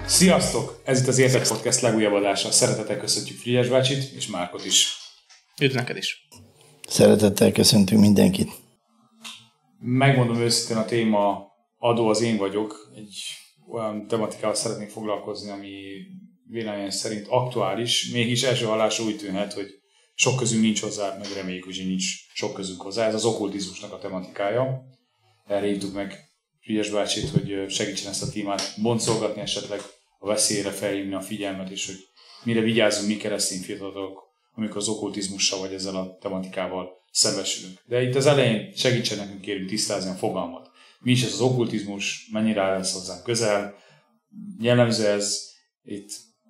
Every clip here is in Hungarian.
Sziasztok! Ez itt az Értek Podcast legújabb adása. Szeretettel köszöntjük Frigyes bácsit és Márkot is. Üdv neked is! Szeretettel köszöntünk mindenkit. Megmondom őszintén, a téma adó az én vagyok. Egy olyan tematikával szeretnék foglalkozni, ami véleményem szerint aktuális, mégis első hallásra úgy tűnhet, hogy sok közünk nincs hozzá, meg reméljük, hogy nincs sok közünk hozzá. Ez az okkultizmusnak a tematikája. Erre hívtuk meg Frigyes bácsit, hogy segítsen ezt a témát boncolgatni, esetleg a veszélyre felhívni a figyelmet, és hogy mire vigyázzunk mi keresztény fiatalok, amikor az okkultizmussal vagy ezzel a tematikával szembesülünk. De itt az elején segítsen nekünk, kérünk tisztázni a fogalmat. Mi is ez az okkultizmus, mennyire áll ez hozzánk közel, jellemző ez itt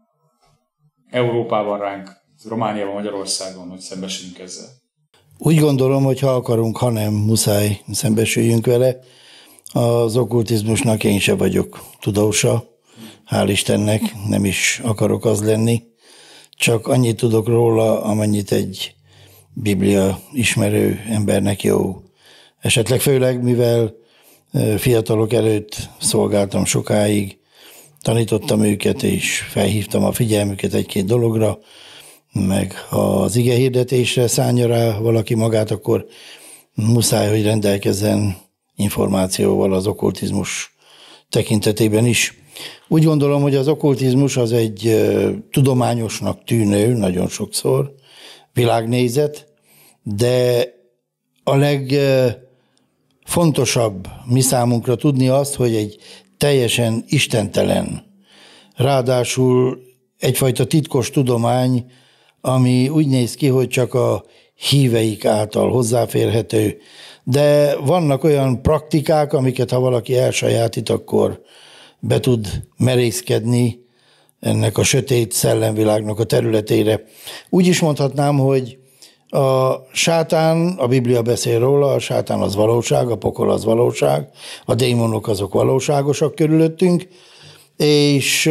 Európában ránk, Romániában, Magyarországon, hogy szembesülünk ezzel. Úgy gondolom, hogy ha akarunk, ha nem, muszáj szembesüljünk vele. Az okkultizmusnak én se vagyok tudósa, hál' Istennek, nem is akarok az lenni. Csak annyit tudok róla, amennyit egy Biblia ismerő embernek jó. Esetleg főleg, mivel fiatalok előtt szolgáltam sokáig, tanítottam őket, és felhívtam a figyelmüket egy-két dologra, meg ha az ige hirdetésre szánja rá valaki magát, akkor muszáj, hogy rendelkezzen információval az okkultizmus tekintetében is. Úgy gondolom, hogy az okkultizmus az egy tudományosnak tűnő, nagyon sokszor, világnézet, de a legfontosabb mi számunkra tudni azt, hogy egy teljesen istentelen, ráadásul egyfajta titkos tudomány, ami úgy néz ki, hogy csak a híveik által hozzáférhető, de vannak olyan praktikák, amiket ha valaki elsajátít, akkor be tud merészkedni ennek a sötét szellemvilágnak a területére. Úgy is mondhatnám, hogy a sátán, a Biblia beszél róla, a sátán az valóság, a pokol az valóság, a démonok azok valóságosak körülöttünk, és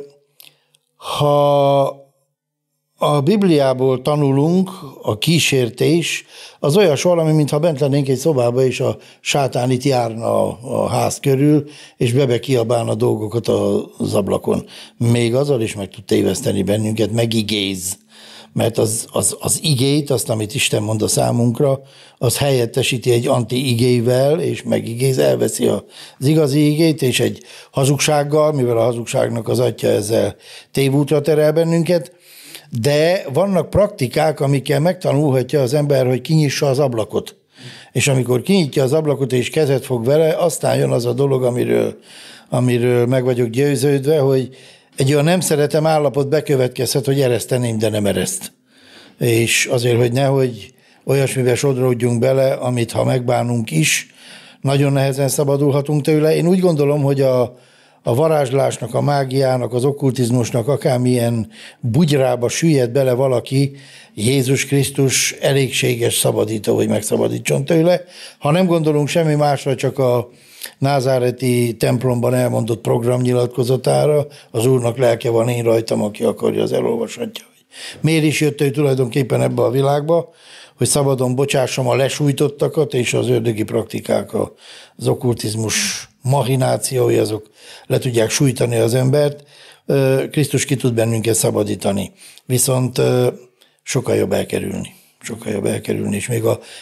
ha a Bibliából tanulunk, a kísértés az olyas valami, mintha bent lennénk egy szobába, és a sátán itt járna a ház körül, és kiabálna dolgokat az ablakon. Még azzal is meg tud téveszteni bennünket, megigéz. Mert az igét, azt, amit Isten mond a számunkra, az helyettesíti egy anti-igével, és megigéz, elveszi az igazi igét, és egy hazugsággal, mivel a hazugságnak az atya ezzel tévútra terel bennünket, de vannak praktikák, amikkel megtanulhatja az ember, hogy kinyissa az ablakot. És amikor kinyitja az ablakot és kezet fog vele, aztán jön az a dolog, amiről meg vagyok győződve, hogy egy olyan nem szeretem állapot bekövetkezhet, hogy ereszteném, de nem ereszt. És azért, hogy nehogy olyasmivel sodródjunk bele, amit ha megbánunk is, nagyon nehezen szabadulhatunk tőle. Én úgy gondolom, hogy a varázslásnak, a mágiának, az okkultizmusnak akármilyen bugyrába süllyed bele valaki, Jézus Krisztus elégséges szabadító, hogy megszabadítson tőle. Ha nem gondolunk semmi másra, csak a názáreti templomban elmondott programnyilatkozatára, az Úrnak lelke van én rajtam, aki akarja, az elolvashatja. Miért is jött ő tulajdonképpen ebbe a világba, hogy szabadon bocsássam a lesújtottakat, és az ördögi praktikák, az okkultizmus machinációi, azok le tudják sújtani az embert. Krisztus ki tud bennünket szabadítani. Viszont sokkal jobb elkerülni. Sokkal jobb elkerülni, és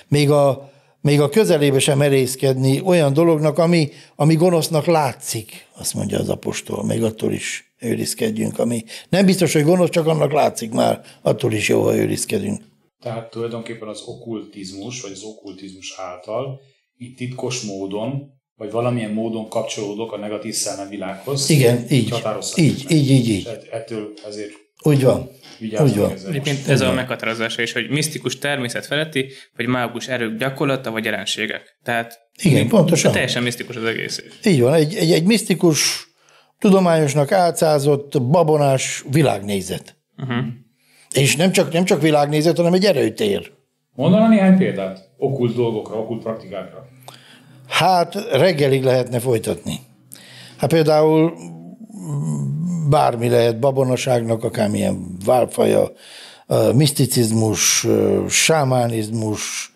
még a közelébe sem merészkedni olyan dolognak, ami gonosznak látszik, azt mondja az apostol, még attól is őrizkedjünk, ami nem biztos, hogy gonosz, csak annak látszik már, attól is jó, ha őrizkedünk. Tehát tulajdonképpen az okkultizmus, vagy az okkultizmus által itt titkos módon, vagy valamilyen módon kapcsolódok a negatív szellemvilághoz. Igen, így. Ettől ezért úgy van. Úgy van. Egyébként ez a meghatározása is, hogy misztikus természet feletti, vagy mágus erők gyakorlata, vagy jelenségek. Tehát igen, pontosan. Teljesen misztikus az egész. Így van, egy misztikus, tudományosnak álcázott, babonás világnézet. És nem csak világnézet, hanem egy erőtér. Mondaná néhány példát okkult dolgokra, okkult praktikákra? Hát reggelig lehetne folytatni. Hát például bármi lehet babonaságnak, akármilyen válfaja, miszticizmus, sámánizmus,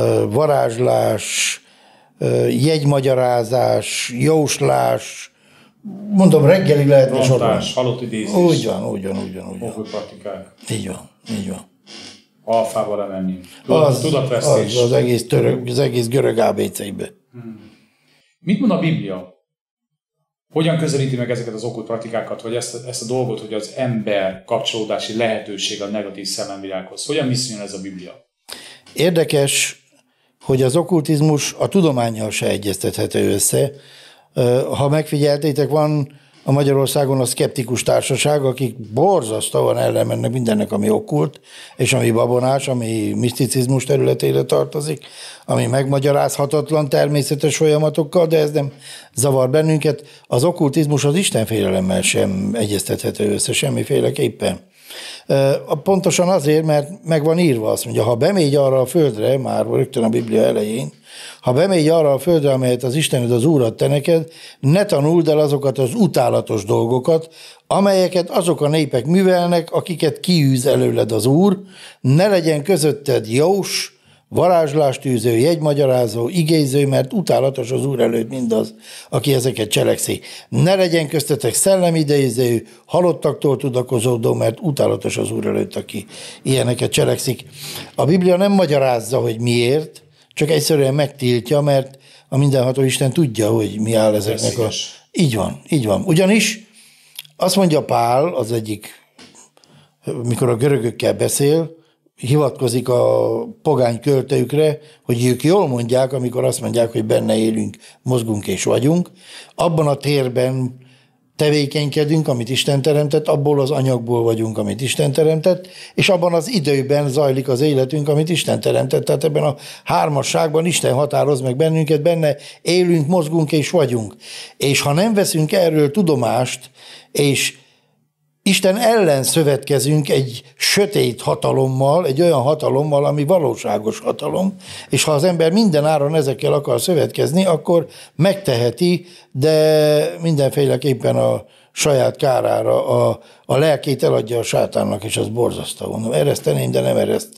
varázslás, jegymagyarázás, jóslás, mondom, reggelig lehetne sorolni. Rontás, halott idézés. Úgy van. Okkult praktikák. Így van. Alfába lemenni. Tudatvesztés. Az egész görög ABC-be. Mit mond a Biblia? Hogyan közelíti meg ezeket az okkult praktikákat, vagy ezt a dolgot, hogy az ember kapcsolódási lehetőség a negatív szellemvilághoz? Hogyan viszonyul ez a Biblia? Érdekes, hogy az okkultizmus a tudománnyal se egyeztethető össze. Ha megfigyeltétek, van a Magyarországon a szkeptikus társaság, akik borzasztóan ellenmennek mindennek, ami okkult, és ami babonás, ami miszticizmus területére tartozik, ami megmagyarázhatatlan természetes folyamatokkal, de ez nem zavar bennünket. Az okkultizmus az istenfélelemmel sem egyeztethető össze semmiféleképpen. Pontosan azért, mert meg van írva, azt mondja, ha bemegy arra a földre, már rögtön a Biblia elején, ha bemegy arra a földre, amelyet az Istened az Úr ad te neked, ne tanuld el azokat az utálatos dolgokat, amelyeket azok a népek művelnek, akiket kiűz előled az Úr, ne legyen közötted jós, varázslástűző, jegymagyarázó, igéző, mert utálatos az Úr előtt mindaz, aki ezeket cselekszi. Ne legyen köztetek szellemidéző, halottaktól tudakozódó, mert utálatos az Úr előtt, aki ilyeneket cselekszik. A Biblia nem magyarázza, hogy miért, csak egyszerűen megtiltja, mert a mindenható Isten tudja, hogy mi áll ezeknek a... Így van. Ugyanis azt mondja Pál, az egyik, mikor a görögökkel beszél, hivatkozik a pogány költőkre, hogy ők jól mondják, amikor azt mondják, hogy benne élünk, mozgunk és vagyunk. Abban a térben tevékenykedünk, amit Isten teremtett, abból az anyagból vagyunk, amit Isten teremtett, és abban az időben zajlik az életünk, amit Isten teremtett. Tehát ebben a hármasságban Isten határoz meg bennünket, benne élünk, mozgunk és vagyunk. És ha nem veszünk erről tudomást, és Isten ellen szövetkezünk egy sötét hatalommal, egy olyan hatalommal, ami valóságos hatalom, és ha az ember minden áron ezekkel akar szövetkezni, akkor megteheti, de mindenféleképpen a saját kárára a lelkét eladja a sátánnak, és az borzasztó. Mondom, ereszteném, de nem ereszt.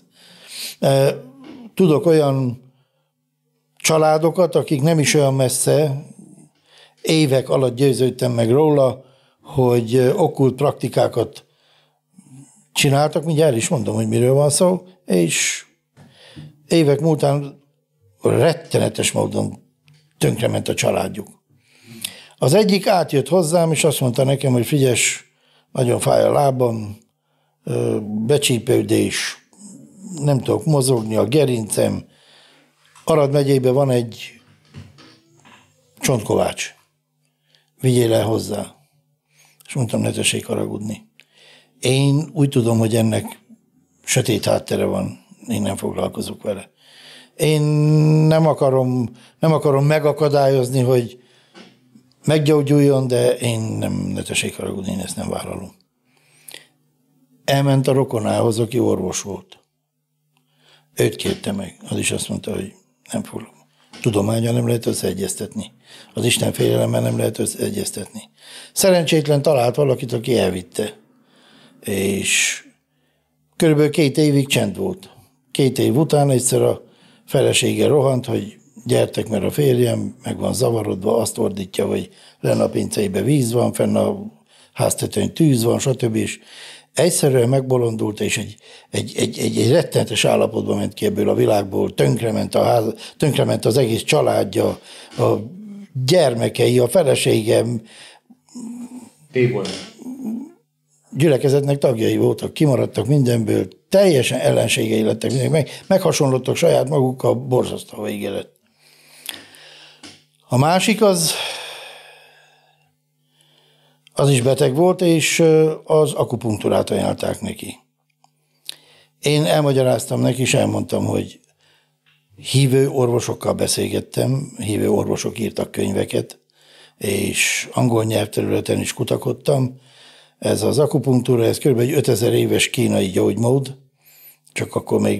Tudok olyan családokat, akik nem is olyan messze, évek alatt győződtem meg róla, hogy okkult praktikákat csináltak, mindjárt el is mondom, hogy miről van szó, és évek múltán rettenetes módon tönkrement a családjuk. Az egyik átjött hozzám, és azt mondta nekem, hogy Frigyes, nagyon fáj a lábam, becsípődés, nem tudok mozogni, a gerincem. Arad megyében van egy csontkovács. Vigyél el hozzá. És mondtam, ne tessék haragudni. Én úgy tudom, hogy ennek sötét háttere van, én nem foglalkozok vele. Én nem akarom megakadályozni, hogy meggyógyuljon, de én ne tessék haragudni, én ezt nem vállalom. Elment a rokonához, aki orvos volt. Őt kérte meg, az is azt mondta, hogy nem foglalkozom. Tudománnyal nem lehet összeegyeztetni. Az Isten félelemmel nem lehet összeegyeztetni. Szerencsétlen talált valakit, aki elvitte. És körülbelül 2 évig csend volt. 2 év után egyszer a felesége rohant, hogy gyertek, mert a férjem meg van zavarodva, azt ordítja, hogy lenn a pinceibe víz van, fenn a háztetőn tűz van, stb. És egyszerűen megbolondult, és egy rettenetes állapotba ment ki ebből a világból, tönkrement az egész családja, a gyermekei, a feleségem. Gyülekezetnek tagjai voltak, kimaradtak mindenből, teljesen ellenségei lettek mindenki, meghasonlottak saját magukkal, borzasztó vége lett. A másik az is beteg volt, és az akupunktúrát ajánlták neki. Én elmagyaráztam neki, és elmondtam, hogy hívő orvosokkal beszélgettem, hívő orvosok írtak könyveket, és angol nyelvterületen is kutakodtam. Ez az akupunktúra, ez kb. 5000 éves kínai gyógymód, csak akkor még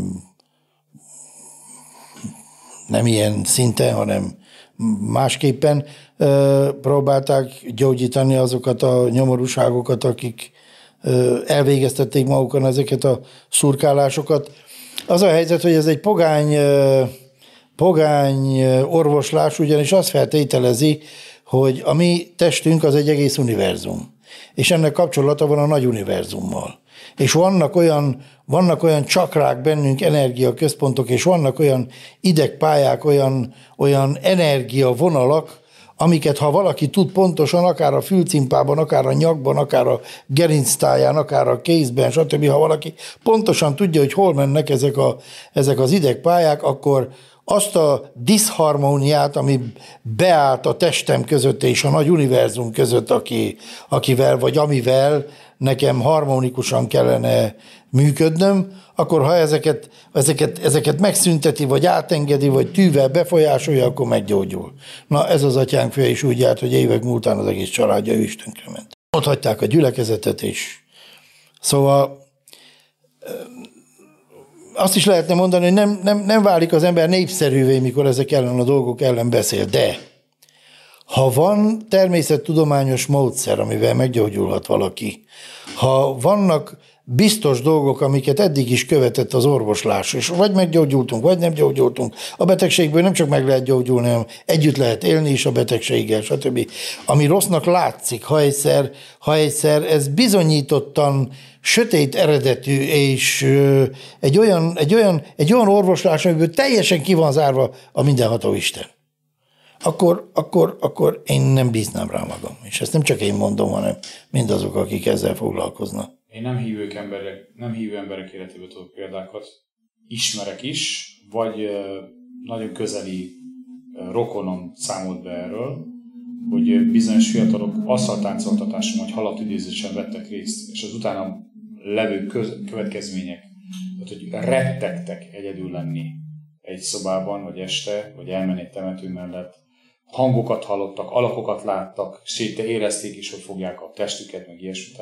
nem ilyen szinten, hanem másképpen próbálták gyógyítani azokat a nyomorúságokat, akik elvégeztették magukon ezeket a szurkálásokat. Az a helyzet, hogy ez egy pogány orvoslás, ugyanis azt feltételezi, hogy a mi testünk az egy egész univerzum, és ennek kapcsolata van a nagy univerzummal. És vannak olyan csakrák bennünk, energiaközpontok, és vannak olyan idegpályák, olyan energiavonalak, amiket ha valaki tud pontosan, akár a fülcimpában, akár a nyakban, akár a gerinctáján, akár a kézben, stb. Ha valaki pontosan tudja, hogy hol mennek ezek az idegpályák, akkor azt a diszharmóniát, ami beállt a testem között és a nagy univerzum között, akivel vagy amivel nekem harmonikusan kellene működnöm, akkor ha ezeket megszünteti, vagy átengedi, vagy tűvel befolyásolja, akkor meggyógyul. Na ez az atyánk fia is úgy járt, hogy évek múltán az egész családja ő is tönkrement. Ott hagyták a gyülekezetet, és szóval azt is lehetne mondani, hogy nem válik az ember népszerűvé, mikor ezek ellen a dolgok ellen beszél, de ha van természettudományos módszer, amivel meggyógyulhat valaki, ha vannak biztos dolgok, amiket eddig is követett az orvoslás, és vagy meggyógyultunk, vagy nem gyógyultunk, a betegségből nem csak meg lehet gyógyulni, hanem együtt lehet élni is a betegséggel, stb. Ami rossznak látszik, ha egyszer ez bizonyítottan sötét eredetű, és egy olyan orvoslás, amiből teljesen ki van zárva a mindenható Isten, akkor én nem bíznám rá magam. És ezt nem csak én mondom, hanem mindazok, akik ezzel foglalkoznak. Én nem hívő emberek életéből tudok példákat. Ismerek is, vagy nagyon közeli rokonom számolt be erről, hogy bizonyos fiatalok asztaltáncoltatáson vagy hallatidézésen vettek részt, és az utána levő következmények, tehát hogy rettegtek egyedül lenni egy szobában, vagy este, vagy elmenni egy temető mellett, hangokat hallottak, alakokat láttak, és érezték is, hogy fogják a testüket, meg ilyesmi,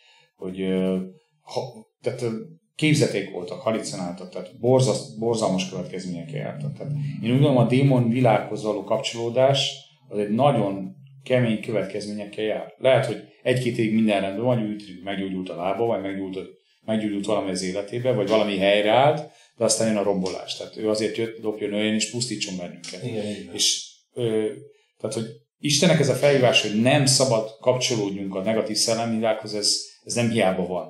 tehát képzeték voltak, halucináltak, tehát borzalmas következményekkel jártak. Tehát én úgy gondolom, a démon világhoz való kapcsolódás az egy nagyon kemény következményekkel jár. Lehet, hogy egy-két évig minden rendben van, meggyógyult a lába, vagy meggyógyult valami az életébe, vagy valami helyreállt, de aztán jön a rombolás. Tehát ő azért lopjon olyan és pusztítson bennünket. Igen. És tehát, hogy Istennek ez a felhívás, hogy nem szabad kapcsolódjunk a negatív szellemvilághoz, ez nem hiába van.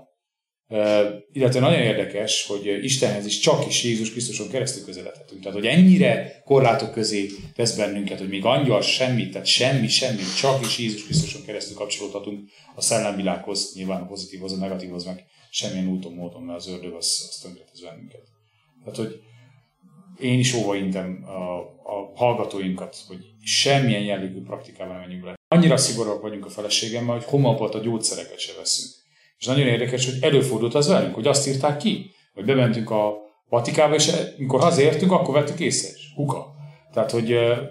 Illetve nagyon érdekes, hogy Istenhez is csak is Jézus Krisztuson keresztül közeledhetünk. Tehát, hogy ennyire korlátok közé tesz bennünket, hogy még angyal semmit, tehát semmi, csak is Jézus Krisztuson keresztül kapcsolódhatunk a szellemvilághoz, nyilván a pozitívhoz, a negatívhoz, meg semmilyen úton, módon, mert az ördög az tönkretesz bennünket. Tehát, hogy én is óvaintem a hallgatóinkat, hogy semmilyen jellegű praktikával nem menjünk le. Annyira szigorúak vagyunk a feleségemmel, hogy homeopata gyógyszereket se veszünk. És nagyon érdekes, hogy előfordult az velünk, hogy azt írták ki, hogy bementünk a Vatikába, és mikor hazaértünk, akkor vettük észre, és huka. Tehát, hogy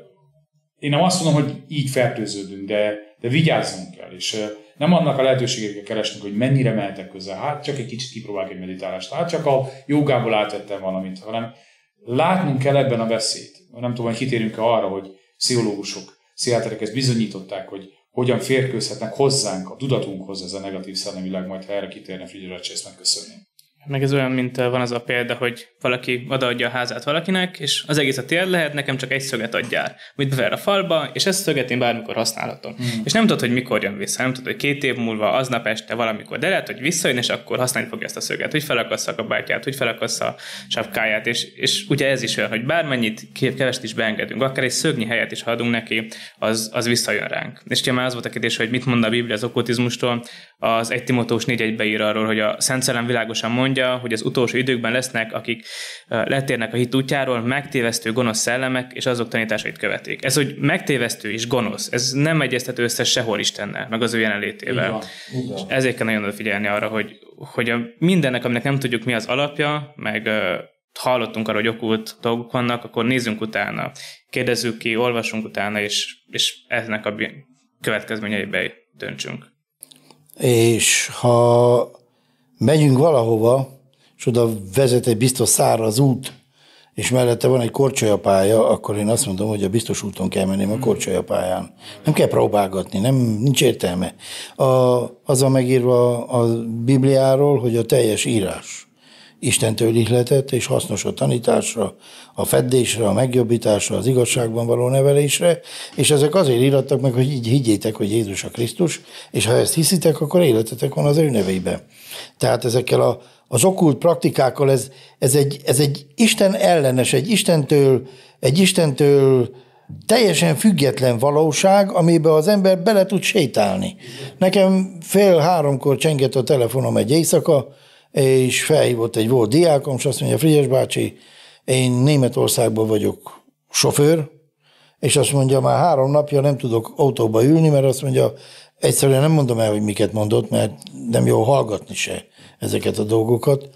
én nem azt mondom, hogy így fertőződünk, de vigyázzunk kell, és nem annak a lehetőségeket keresnünk, hogy mennyire mehetek közel. Hát csak egy kicsit kipróbálok egy meditálást, hát csak a jogából átvettem valamit, hanem látnunk kell ebben a veszélyt. Nem tudom, hogy kitérünk-e arra, hogy pszichológusok, pszichiáterek ezt bizonyították, hogy hogyan férkőzhetnek hozzánk, a tudatunkhoz ez a negatív szellemvilág, majd ha erre kitérne Frigyes, ezt megköszönni. Meg ez olyan, mint van az a példa, hogy valaki odaadja a házát valakinek, és az egész a tiéd lehet, nekem csak egy szöget adjál. Úgy bever a falba, és ezt a szöget én bármikor használhatom. És nem tudod, hogy mikor jön vissza, nem tudod, hogy 2 év múlva, aznap este valamikor, de lehet, hogy visszajön, és akkor használni fogja ezt a szöget, hogy felakassza a kabátját, hogy felakassza a sapkáját, és ugye ez is olyan, hogy bármennyit keveset is beengedünk, akár egy szögnyi helyet is adunk neki, az visszajön ránk. És ugye már az volt a kérdés, hogy mit mond a Biblia az okkultizmustól, az 1 Timóteus 4:1-be ír arról, hogy a Szent Szellem világosan mondja, hogy az utolsó időkben lesznek, akik letérnek a hit útjáról, megtévesztő gonosz szellemek, és azok tanításait követik. Ez, hogy megtévesztő és gonosz, ez nem egyeztető össze sehol Istennel, meg az ő jelenlétével. Igen. Ezért kell nagyon odafigyelni arra, hogy mindennek, aminek nem tudjuk mi az alapja, meg hallottunk arra, hogy okkult dolgok vannak, akkor nézzünk utána, kérdezzük ki, olvasunk utána, és ennek a következményeibe döntsünk. És ha megyünk valahova, és oda vezet egy biztos száraz út, és mellette van egy korcsolyapálya, akkor én azt mondom, hogy a biztos úton kell menni, a korcsolyapályán. Nem kell próbálgatni, nincs értelme. Az van megírva a Bibliáról, hogy a teljes írás Istentől ihletett és hasznos a tanításra, a feddésre, a megjobbításra, az igazságban való nevelésre, és ezek azért írattak meg, hogy így higgyétek, hogy Jézus a Krisztus, és ha ezt hiszitek, akkor életetek van az ő nevében. Tehát ezekkel az okkult praktikákkal ez egy Isten ellenes, egy Istentől teljesen független valóság, amiben az ember bele tud sétálni. Nekem 2:30 csengett a telefonom egy éjszaka, és felhívott egy volt diákom, és azt mondja, Frigyes bácsi, én Németországban vagyok sofőr, és azt mondja, már 3 napja nem tudok autóba ülni, mert azt mondja, egyszerűen nem mondom el, hogy miket mondott, mert nem jó hallgatni se ezeket a dolgokat,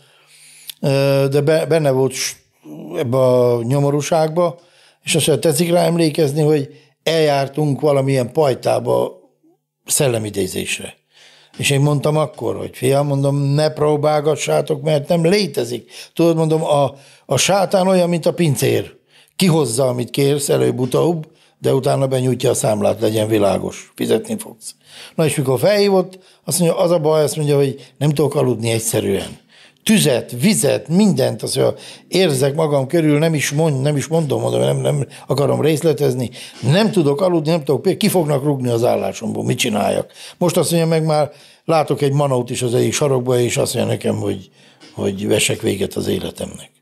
de benne volt ebbe a nyomorúságba, és azt mondja, tetszik rá emlékezni, hogy eljártunk valamilyen pajtába szellemidézésre. És én mondtam akkor, hogy fiam, mondom, ne próbálgassátok, mert nem létezik. Tudod, mondom, a sátán olyan, mint a pincér. Kihozza, amit kérsz, előbb-utóbb, de utána benyújtja a számlát, legyen világos, fizetni fogsz. Na és mikor felhívott, azt mondja, az a baj, azt mondja, hogy nem tudok aludni egyszerűen. Tüzet, vizet, mindent, azt mondja, érzek magam körül, nem is mondom, nem akarom részletezni, nem tudok aludni, nem tudok, ki fognak rúgni az állásomból, mit csináljak. Most azt mondja, meg már látok egy manót is az egyik sarokba, és azt mondja nekem, hogy vessek véget az életemnek.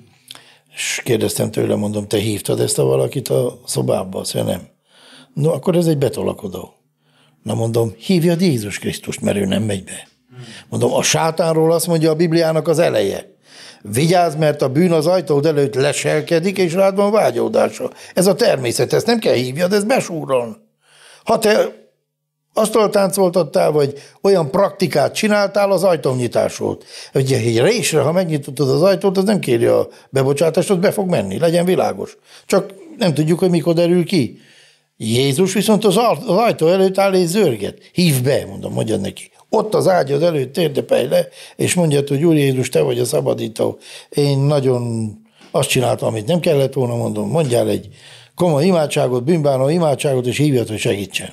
És kérdeztem tőle, mondom, te hívtad ezt a valakit a szobába? Azt mondja, nem. No, akkor ez egy betolakodó. Na mondom, hívjad Jézus Krisztust, mert ő nem megy be. Mondom, a sátánról azt mondja a Bibliának az eleje. Vigyázz, mert a bűn az ajtód előtt leselkedik, és rád van vágyódása. Ez a természet, ezt nem kell hívjad, ez besúrol. Ha te asztaltáncoltattál, vagy olyan praktikát csináltál, az ajtónyitás volt. Ugye egy résre, ha megnyitottad az ajtót, az nem kéri a bebocsátást, ott be fog menni, legyen világos. Csak nem tudjuk, hogy mikor derül ki. Jézus viszont az ajtó előtt áll és zörget. Hívd be, mondom, mondjad neki. Ott az ágyad előtt térdepelj le, és mondjad, hogy Úr Jézus, te vagy a szabadító. Én nagyon azt csináltam, amit nem kellett volna, mondom, mondjál egy komoly imádságot, bűnbánó imádságot, és hívjad, hogy segítsen.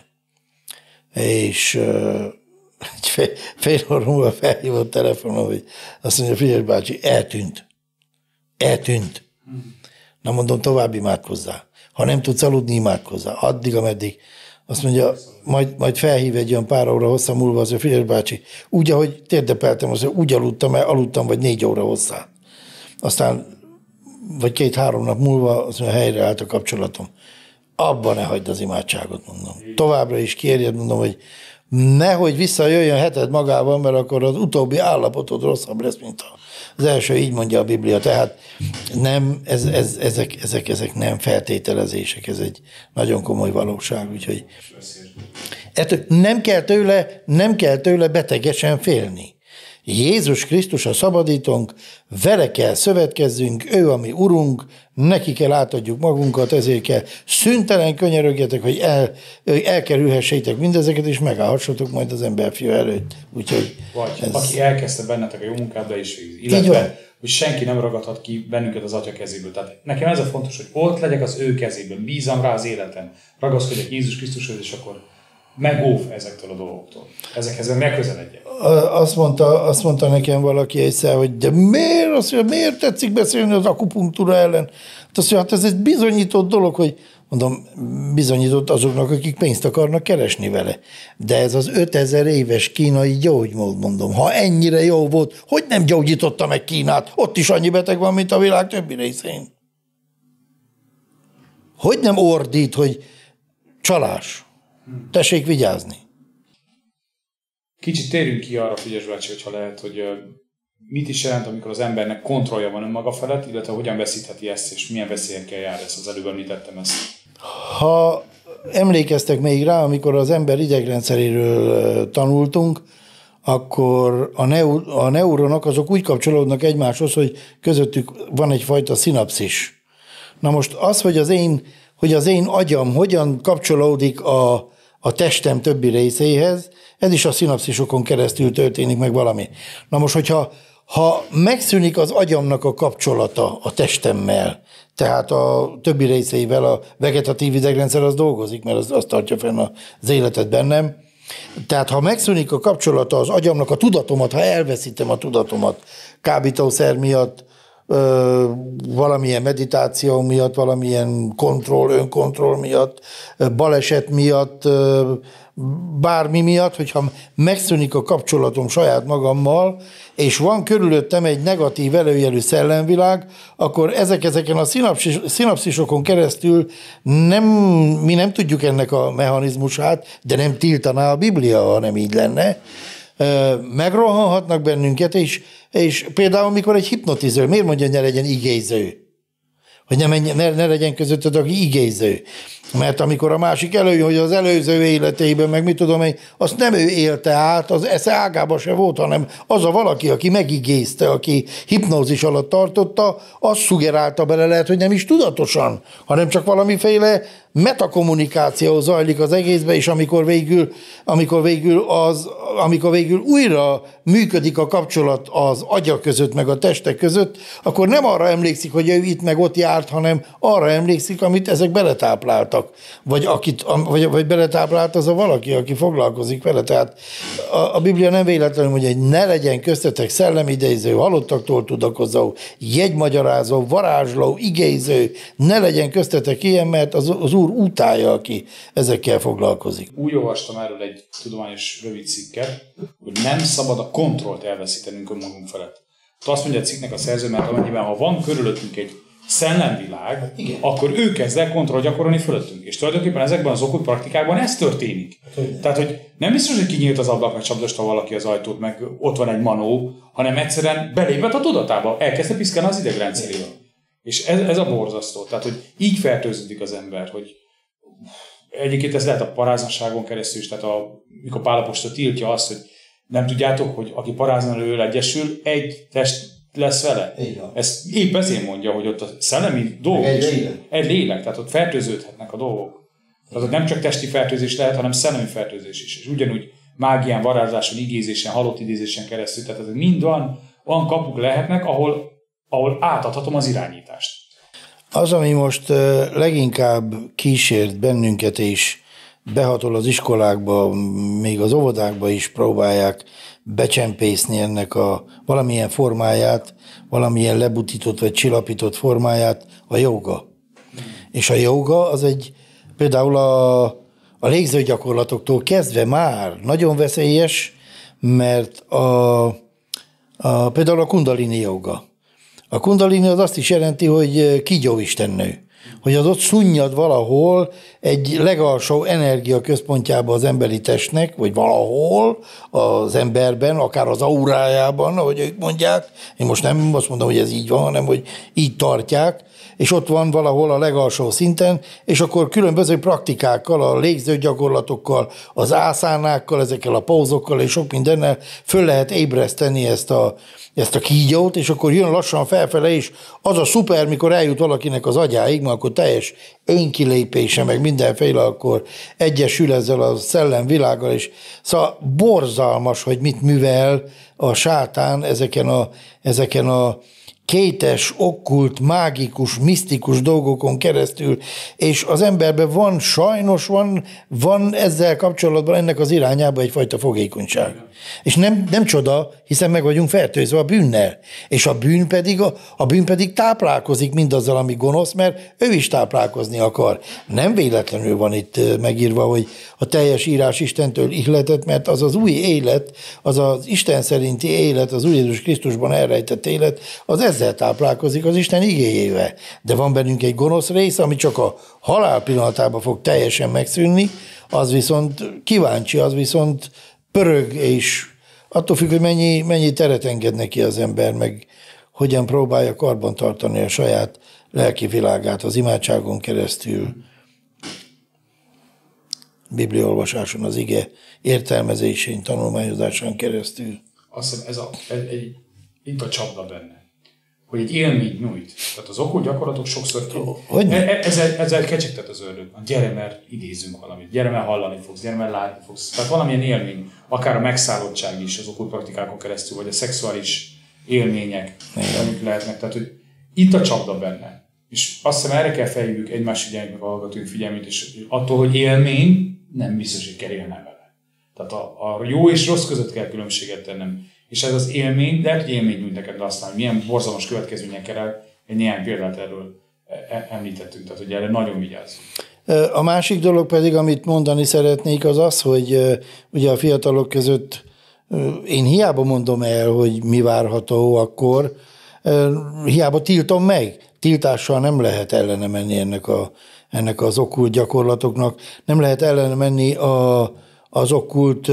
És fél óra múlva felhívott telefonon, hogy azt mondja, Frigyes bácsi, eltűnt. Na mondom, tovább imádkozzál. Ha nem tudsz aludni, imádkozzál. Addig, ameddig. Azt mondja, majd felhív egy olyan pár óra hosszá múlva, az a Frigyes bácsi, úgy, ahogy térdepeltem, az, úgy aludtam, vagy 4 óra hosszá. Aztán, vagy 2-3 nap múlva, azt mondja, helyre állt a kapcsolatom. Abban ne hagyd az imádságot, mondom. Továbbra is kérjed, mondom, hogy nehogy visszajöjjön heted magával, mert akkor az utóbbi állapotod rosszabb lesz, mint az első, így mondja a Biblia. Tehát nem, ezek nem feltételezések, ez egy nagyon komoly valóság, úgyhogy nem kell tőle betegesen félni. Jézus Krisztus a szabadítónk, vele kell szövetkezzünk, ő a mi urunk, neki kell átadjuk magunkat, ezért kell szüntelen könyörögjetek, hogy elkerülhessétek mindezeket, és megállhassatok majd az emberfia előtt. Úgyhogy aki elkezdte bennetek a jó munkát, be is végzi. Illetve, hogy senki nem ragadhat ki bennünket az Atya kezéből. Tehát nekem ez a fontos, hogy ott legyek az ő kezéből, bízom rá az életem, ragaszkodjak Jézus Krisztushoz, és akkor megóv ezektől a dolgoktól. Ezekhez megközeledjek. Azt mondta nekem valaki egyszer, hogy de miért tetszik beszélni az akupunktúra ellen? Azt mondja, hát ez egy bizonyított dolog, hogy mondom, bizonyított azoknak, akik pénzt akarnak keresni vele. De ez az 5000 éves kínai gyógymód, mondom. Ha ennyire jó volt, hogy nem gyógyította meg Kínát? Ott is annyi beteg van, mint a világ többi részén. Hogy nem ordít, hogy csalás? Tessék vigyázni. Kicsit térjünk ki arra, Frigyes bácsi, hogyha lehet, hogy mit is jelent, amikor az embernek kontrollja van önmaga felett, illetve hogyan veszítheti ezt, és milyen veszélyekkel jár ezt, az előbb említettem ezt. Ha emlékeztek még rá, amikor az ember idegrendszeréről tanultunk, akkor a neuronok azok úgy kapcsolódnak egymáshoz, hogy közöttük van egyfajta szinapszis. Na most az, hogy az én agyam hogyan kapcsolódik a testem többi részéhez, ez is a szinapszisokon keresztül történik meg valami. Na most, hogyha megszűnik az agyamnak a kapcsolata a testemmel, tehát a többi részeivel a vegetatív idegrendszer az dolgozik, mert az tartja fenn az életet bennem, Tehát ha megszűnik a kapcsolata az agyamnak, a tudatomat, ha elveszítem a tudatomat kábítószer miatt, valamilyen meditáció miatt, valamilyen önkontroll miatt, baleset miatt, bármi miatt, hogyha megszűnik a kapcsolatom saját magammal, és van körülöttem egy negatív előjelű szellemvilág, akkor ezeken a szinapszisokon keresztül mi nem tudjuk ennek a mechanizmusát, de nem tiltaná a Biblia, ha nem így lenne. Megrohanhatnak bennünket, és például amikor egy hipnotiző, miért mondja, hogy ne legyen igéző? Hogy ne legyen közötted, aki igéző. Mert amikor a másik előjön, hogy az előző életében, meg mit tudom én, azt nem ő élte át, az esze ágába se volt, hanem az a valaki, aki megigézte, aki hipnózis alatt tartotta, azt szugerálta bele, lehet, hogy nem is tudatosan, hanem csak valamiféle metakommunikáció zajlik az egészbe, és amikor végül újra működik a kapcsolat az agya között, meg a testek között, akkor nem arra emlékszik, hogy ő itt meg ott járt, hanem arra emlékszik, amit ezek beletápláltak. Vagy beletáplált az a valaki, aki foglalkozik vele. Tehát a Biblia nem véletlenül mondja, hogy ne legyen köztetek szellemidéző, halottaktól tudakozó, jegymagyarázó, varázsló, igéző, ne legyen köztetek ilyen, mert az Úr utálja, aki ezekkel foglalkozik. Úgy olvastam erről egy tudományos rövid cikket, hogy nem szabad a kontrollt elveszítenünk önmagunk felett. Azt mondja a cikknek a szerző, mert amennyiben, ha van körülöttünk egy szellemvilág, akkor ő kezd el kontroll gyakorolni fölöttünk. És tulajdonképpen ezekben az okkult praktikákban ez történik. Tehát, hogy nem biztos, hogy kinyílt az ablak, meg csapdosta valaki az ajtót, meg ott van egy manó, hanem egyszerűen belépett a tudatába, elkezdte piszkálni az idegrendszerével. És ez a borzasztó. Tehát, hogy így fertőződik az ember, hogy egyébként ez lehet a paráznaságon keresztül is, tehát mikor Pál apostol tiltja azt, hogy nem tudjátok, hogy aki paráznal egyesül, egy test lesz vele. Ez épp ezért mondja, hogy ott a szellemi dolgok egy lélek, tehát ott fertőződhetnek a dolgok. Tehát ott nem csak testi fertőzés lehet, hanem szellemi fertőzés is. És ugyanúgy mágián, varázsláson, igézésen, halott idézésen keresztül, tehát ezek mind olyan kapuk lehetnek, ahol átadhatom az irányítást. Az, ami most leginkább kísért bennünket és behatol az iskolákba, még az óvodákba is próbálják becsempészni ennek a valamilyen formáját, valamilyen lebutított vagy csillapított formáját, a jóga. És a jóga az például a légzőgyakorlatoktól kezdve már nagyon veszélyes, mert például a kundalini jóga. A kundalini az azt is jelenti, hogy kígyóistennő. Hogy az ott szunnyad valahol egy legalsó energia központjába az emberi testnek, vagy valahol az emberben, akár az aurájában, ahogy ők mondják. Én most nem azt mondom, hogy ez így van, hanem hogy így tartják, és ott van valahol a legalsó szinten, és akkor különböző praktikákkal, a légzőgyakorlatokkal, az ászánákkal, ezekkel a pózokkal és sok mindennel föl lehet ébreszteni ezt a kígyót, és akkor jön lassan felfele is. Az a szuper, mikor eljut valakinek az agyáig, mert akkor teljes önkilépése, meg mindenféle, akkor egyesül ezzel a szellemvilággal, és szóval borzalmas, hogy mit művel a sátán ezeken a kétes, okkult, mágikus, misztikus dolgokon keresztül, és az emberben sajnos van ezzel kapcsolatban ennek az irányába egyfajta fogékonyság. És nem csoda, hiszen meg vagyunk fertőzve a bűnnel. És a bűn pedig táplálkozik mindazzal, ami gonosz, mert ő is táplálkozni akar. Nem véletlenül van itt megírva, hogy a teljes írás Istentől ihletett, mert az az új élet, az az Isten szerinti élet, az Úr Jézus Krisztusban elrejtett élet, az ezzel táplálkozik, az Isten igéjével. De van bennünk egy gonosz rész, ami csak a halál pillanatában fog teljesen megszűnni, az viszont kíváncsi, az viszont pörög, és attól függ, hogy mennyi teret enged neki az ember, meg hogyan próbálja karbantartani a saját lelki világát az imádságon keresztül, bibliaolvasáson, az ige értelmezésén, tanulmányozásán keresztül. Azt hiszem, itt a csapda benne, hogy egy élményt nyújt. Tehát az okkult gyakorlatok sokszor ezzel kecsegtet az ördög. Gyere, mert idézünk valamit. Gyere, mert hallani fogsz. Gyere, mert látni fogsz. Tehát valamilyen élmény, akár a megszállottság is az okkult praktikákon keresztül, vagy a szexuális élmények, amik lehetnek. Tehát, hogy itt a csapda benne. És azt hiszem, erre kell felhívjuk egymás figyelmét, meg a hallgatóink figyelmét, és attól, hogy élmény, nem biztos, hogy kerülne vele. Tehát a jó és rossz között kell különbséget tennem. És ez az élmény, de egy élmény nyújt neked aztán, milyen borzalmas következményekkel el, egy néhány példát erről említettünk, tehát ugye erre nagyon vigyázzunk. A másik dolog pedig, amit mondani szeretnék, az az, hogy ugye a fiatalok között én hiába mondom el, hogy mi várható akkor, hiába tiltom meg. Tiltással nem lehet ellene menni ennek az okkult gyakorlatoknak, nem lehet ellene menni az okkult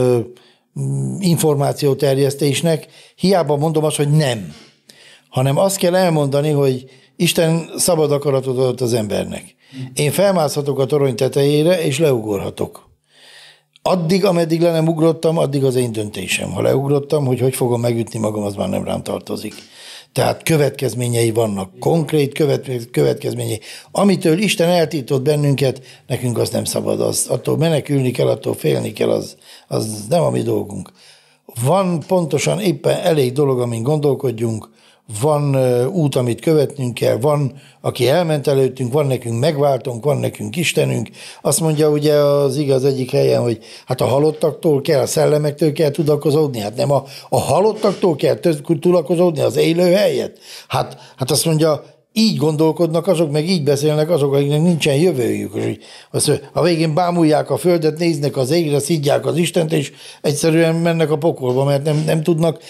információterjesztésnek, hiába mondom azt, hogy nem. Hanem azt kell elmondani, hogy Isten szabad akaratot adott az embernek. Én felmászhatok a torony tetejére, és leugorhatok. Addig, ameddig le nem ugrottam, addig az én döntésem. Ha leugrottam, hogy fogom megütni magam, az már nem rám tartozik. Tehát következményei vannak, konkrét következményei. Amitől Isten eltiltott bennünket, nekünk az nem szabad. Attól menekülni kell, attól félni kell, az nem a mi dolgunk. Van pontosan éppen elég dolog, amin gondolkodjunk, van út, amit követnünk kell, van, aki elment előttünk, van nekünk megváltónk, van nekünk Istenünk. Azt mondja ugye az igaz egyik helyen, hogy hát a halottaktól kell, a szellemektől kell tudakozódni, hát nem a halottaktól kell tudakozódni az élő helyet. Hát azt mondja, így gondolkodnak azok, meg így beszélnek azok, akiknek nincsen jövőjük. A végén bámulják a földet, néznek az égre, szidják az Istent, és egyszerűen mennek a pokolba, mert nem tudnak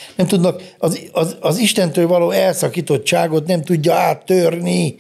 az Istentől való elszakítottságot nem tudja áttörni,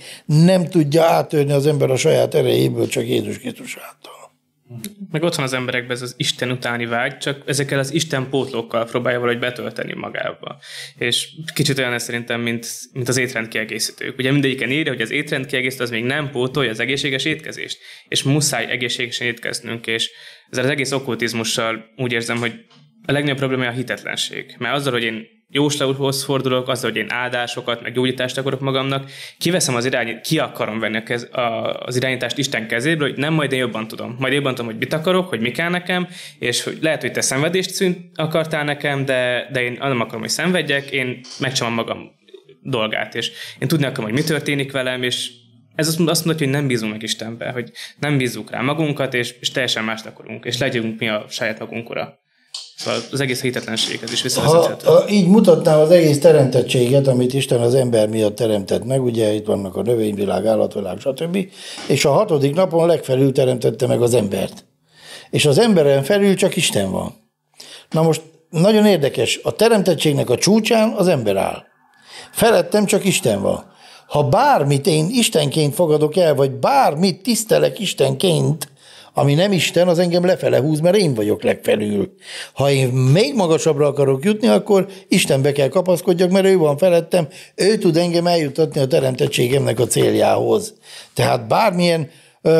az ember a saját erejéből, csak Jézus Krisztus által. Meg ott van az emberekben ez az Isten utáni vágy, csak ezekkel az Isten pótlókkal próbálja valahogy betölteni magába. És kicsit olyan ez szerintem, mint az étrendkiegészítők. Ugye mindegyiken írja, hogy az étrendkiegészítő az még nem pótolja az egészséges étkezést, és muszáj egészségesen étkeznünk, és ezzel az egész okkultizmussal úgy érzem, hogy a legnagyobb probléma a hitetlenség. Mert azzal, hogy én jóslathoz fordulok, azzal, hogy én áldásokat, meg gyógyítást akarok magamnak, kiveszem ki akarom venni az irányítást Isten kezéből, hogy nem, majd én jobban tudom. Majd jobban tudom, hogy mit akarok, hogy mi kell nekem, és hogy lehet, hogy te szenvedést akartál nekem, de én nem akarom, hogy szenvedjek, én megcsinálom magam dolgát, és én tudni akarom, hogy mi történik velem, és ez azt mondja, hogy nem bízunk meg Istenbe, hogy nem bízzuk rá magunkat, és teljesen mást akarunk, és legyünk mi a saját magunk ura. Szóval az egész hitetlenséghez is visszavezethető. Ha így mutatnám az egész teremtettséget, amit Isten az ember miatt teremtett meg, ugye itt vannak a növényvilág, állatvilág, stb. És a 6. napon legfelül teremtette meg az embert. És az emberen felül csak Isten van. Na most nagyon érdekes, a teremtettségnek a csúcsán az ember áll. Felettem csak Isten van. Ha bármit én Istenként fogadok el, vagy bármit tisztelek Istenként, ami nem Isten, az engem lefele húz, mert én vagyok legfelül. Ha én még magasabbra akarok jutni, akkor Istenbe kell kapaszkodjak, mert ő van felettem, ő tud engem eljutatni a teremtettségemnek a céljához. Tehát bármilyen,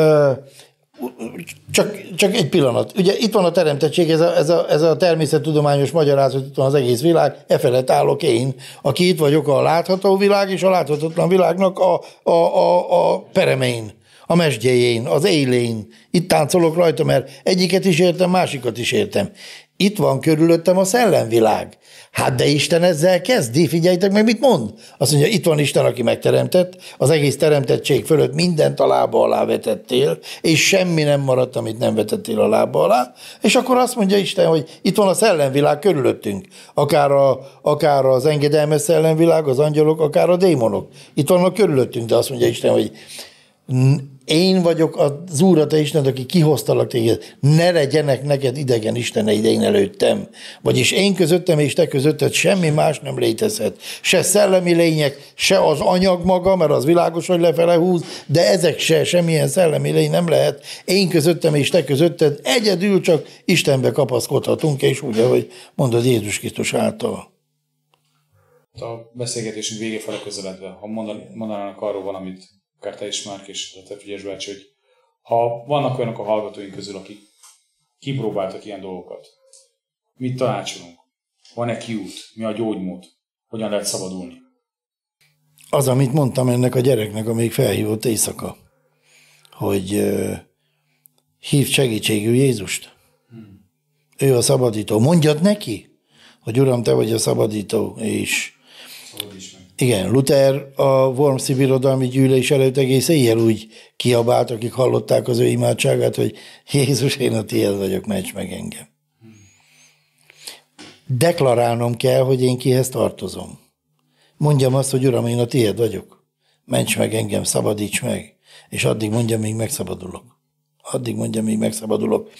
csak egy pillanat. Ugye itt van a teremtettség, ez a természettudományos magyarázat, itt van az egész világ, felett állok én, aki itt vagyok a látható világ és a láthatatlan világnak a peremén, a mesdjején, az élén. Itt táncolok rajta, mert egyiket is értem, másikat is értem. Itt van körülöttem a szellemvilág. Hát de Isten ezzel kezdi, figyeljtek meg, mit mond. Azt mondja, itt van Isten, aki megteremtett, az egész teremtettség fölött mindent a lába alá vetettél, és semmi nem maradt, amit nem vetettél a lába alá, és akkor azt mondja Isten, hogy itt van a szellemvilág körülöttünk, akár az engedelmes szellemvilág, az angyalok, akár a démonok. Itt vannak körülöttünk, de azt mondja Isten, hogy én vagyok az Úr, a te Istened, aki kihoztalak téged, ne legyenek neked idegen isteneid én előttem. Vagyis én közöttem és te közötted semmi más nem létezhet. Se szellemi lények, se az anyag maga, mert az világos, hogy lefele húz, de ezek semmilyen szellemi lény nem lehet. Én közöttem és te közötted, egyedül csak Istenbe kapaszkodhatunk, és úgy, ahogy mondod Jézus Krisztus által. A beszélgetésünk végé fele közeledve, ha mondanának arról valamit, akár te is, Márk, és te Frigyes bácsi, hogy ha vannak olyanok a hallgatóink közül, akik kipróbáltak ilyen dolgokat, mit tanácsolunk? Van-e kiút? Mi a gyógymód? Hogyan lehet szabadulni? Az, amit mondtam ennek a gyereknek, amíg felhívott éjszaka, hogy hívd segítségül Jézust. Ő a szabadító. Mondjad neki, hogy Uram, te vagy a szabadító, és Szabadíts meg. igen, Luther a Wormsi Birodalmi Gyűlés előtt egész éjjel úgy kiabált, akik hallották az ő imádságát, hogy Jézus, én a tiéd vagyok, ments meg engem. deklarálnom kell, hogy én kihez tartozom. Mondjam azt, hogy Uram, én a tiéd vagyok. Ments meg engem, szabadíts meg. És addig mondjam, míg megszabadulok. Addig mondjam, míg megszabadulok.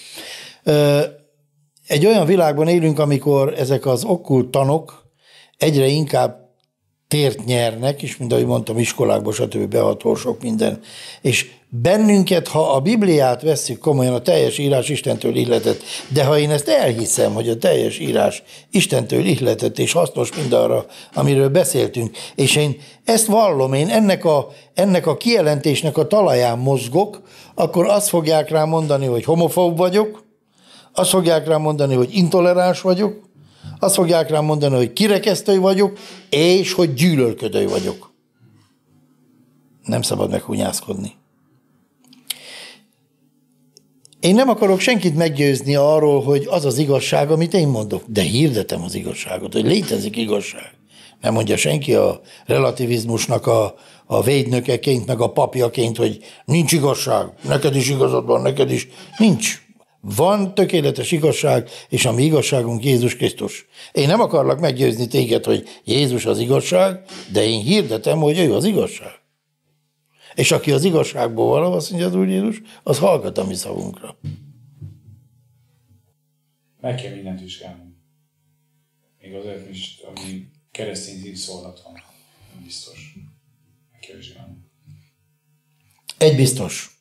Egy olyan világban élünk, amikor ezek az okkult tanok egyre inkább tért nyernek, és mint ahogy mondtam, iskolákban, stb. Behatol sok minden. És bennünket, ha a Bibliát vesszük komolyan, a teljes írás Istentől ihletett, de ha én ezt elhiszem, hogy a teljes írás Istentől ihletett és hasznos mindarra, amiről beszéltünk, és én ezt vallom, én ennek a kijelentésnek a talaján mozgok, akkor azt fogják rám mondani, hogy homofób vagyok, azt fogják rám mondani, hogy intoleráns vagyok, azt fogják rám mondani, hogy kirekesztő vagyok, és hogy gyűlölködő vagyok. Nem szabad meghunyászkodni. Én nem akarok senkit meggyőzni arról, hogy az az igazság, amit én mondok, de hirdetem az igazságot, hogy létezik igazság. Nem mondja senki a relativizmusnak a védnökeként, meg a papjaként, hogy nincs igazság, neked is igazad van, neked is. Nincs. Van tökéletes igazság, és a mi igazságunk Jézus Krisztus. Én nem akarlak meggyőzni téged, hogy Jézus az igazság, de én hirdetem, hogy ő az igazság. És aki az igazságból való, azt mondja az Úr Jézus, az hallgat a mi szavunkra. Meg kell mindent vizsgálni. Még azért is, ami keresztény szívszólat van. Nem biztos. Meg kell vizsgálni. Egy biztos.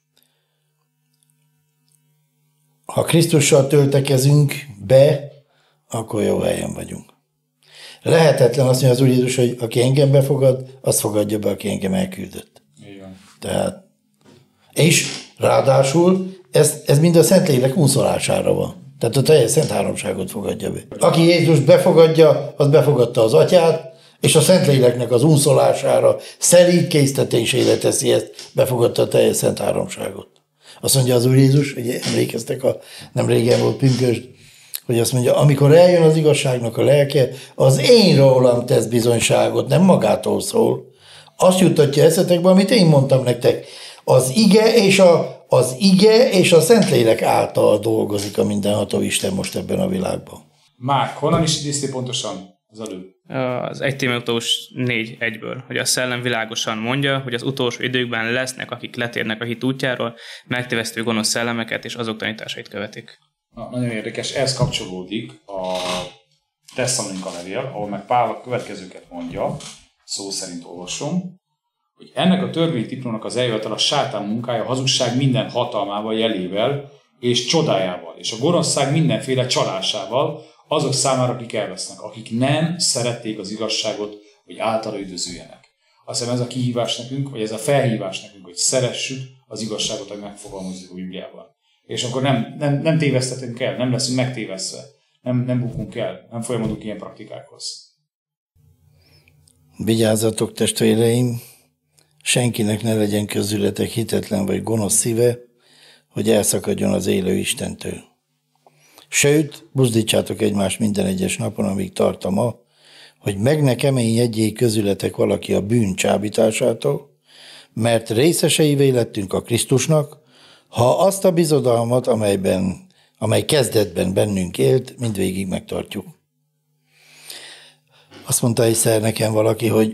Ha Krisztussal töltekezünk be, akkor jó helyen vagyunk. Lehetetlen azt mondja az Úr Jézus, hogy aki engem befogad, azt fogadja be, aki engem elküldött. Igen. Tehát, és ráadásul ez mind a Szentlélek unszolására van. Tehát a teljes Szent Háromságot fogadja be. Aki Jézust befogadja, az befogadta az Atyát, és a Szentléleknek az unszolására, szelíd késztetésére teszi ezt, befogadta a teljes Szent Háromságot. Azt mondja az Úr Jézus, hogy emlékeztek, nem régen volt pünkösd, hogy azt mondja, amikor eljön az igazságnak a lelke, az én rólam tesz bizonyságot, nem magától szól. Azt juttatja eszetekbe, amit én mondtam nektek. Az ige és a Szentlélek által dolgozik a mindenható Isten most ebben a világban. Márk, honnan is idéztél pontosan az előbb? Az 1 Tímóteus 4:1-ből, hogy a szellem világosan mondja, hogy az utolsó időkben lesznek, akik letérnek a hit útjáról, megtévesztő gonosz szellemeket és azok tanításait követik. Nagyon érdekes, ez kapcsolódik a Tesszalonika levél, ahol meg Pál a következőket mondja, szó szerint olvasom, hogy ennek a törvénytiplónak az eljövetel a sátán munkája, a hazugság minden hatalmával, jelével és csodájával, és a gonoszság mindenféle csalásával, azok számára, akik elvesznek, akik nem szerették az igazságot, hogy általa üdvözüljenek. Azt hiszem ez a kihívás nekünk, vagy ez a felhívás nekünk, hogy szeressük az igazságot, hogy megfogalmazzuk a Bibliában. És akkor nem tévesztetünk el, nem leszünk megtévesztve, nem bukunk el, nem folyamodunk ilyen praktikákhoz. Vigyázzatok, testvéreim, senkinek ne legyen közületek hitetlen vagy gonosz szíve, hogy elszakadjon az élő Istentől. Sőt, buzdítsátok egymást minden egyes napon, amíg tart a ma, hogy meg ne keményedjék közületek valaki a bűn csábításától, mert részeseivé lettünk a Krisztusnak, ha azt a bizodalmat, amely kezdetben bennünk élt, mindvégig megtartjuk. Azt mondta egyszer nekem valaki, hogy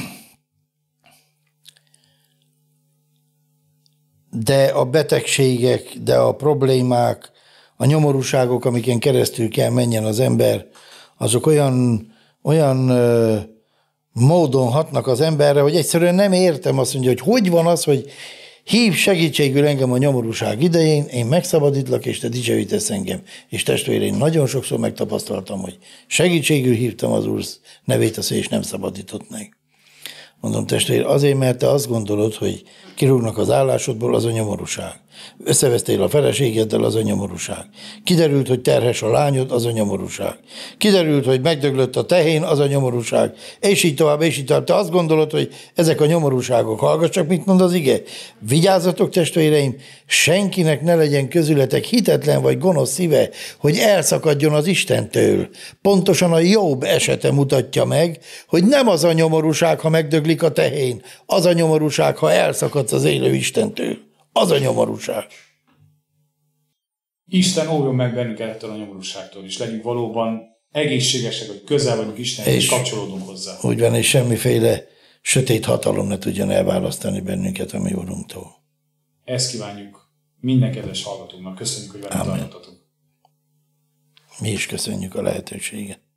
de a betegségek, de a problémák, a nyomorúságok, amiken keresztül kell menjen az ember, azok olyan módon hatnak az emberre, hogy egyszerűen nem értem azt mondja, hogy van az, hogy hív segítségül engem a nyomorúság idején, én megszabadítlak, és te dicsőítesz engem. És testvéreim, nagyon sokszor megtapasztaltam, hogy segítségül hívtam az Úr nevét, és nem szabadított meg. Mondom, testvér, azért, mert te azt gondolod, hogy kirúgnak az állásodból, az a nyomorúság. Összevesztél a feleségeddel, az a nyomorúság. Kiderült, hogy terhes a lányod, az a nyomorúság. Kiderült, hogy megdöglött a tehén, az a nyomorúság. És így tovább, és így tovább. Te azt gondolod, hogy ezek a nyomorúságok, hallgass csak, mit mond az ige. Vigyázzatok, testvéreim, senkinek ne legyen közületek hitetlen vagy gonosz szíve, hogy elszakadjon az Istentől. Pontosan a Jobb esete mutatja meg, hogy nem az a nyomorúság, ha megdöglik a tehén, az a nyomorúság, ha elszakadsz az élő Istentől. Az a nyomorúság. Isten óvjon meg bennünket ettől a nyomorúságtól, és legyünk valóban egészségesek, hogy közel vagyunk Istenhez, és kapcsolódunk hozzá. Úgy van, és semmiféle sötét hatalom ne tudjon elválasztani bennünket a mi Urunktól. Ezt kívánjuk minden kedves hallgatónknak. Köszönjük, hogy velünk tartottatok. Mi is köszönjük a lehetőséget.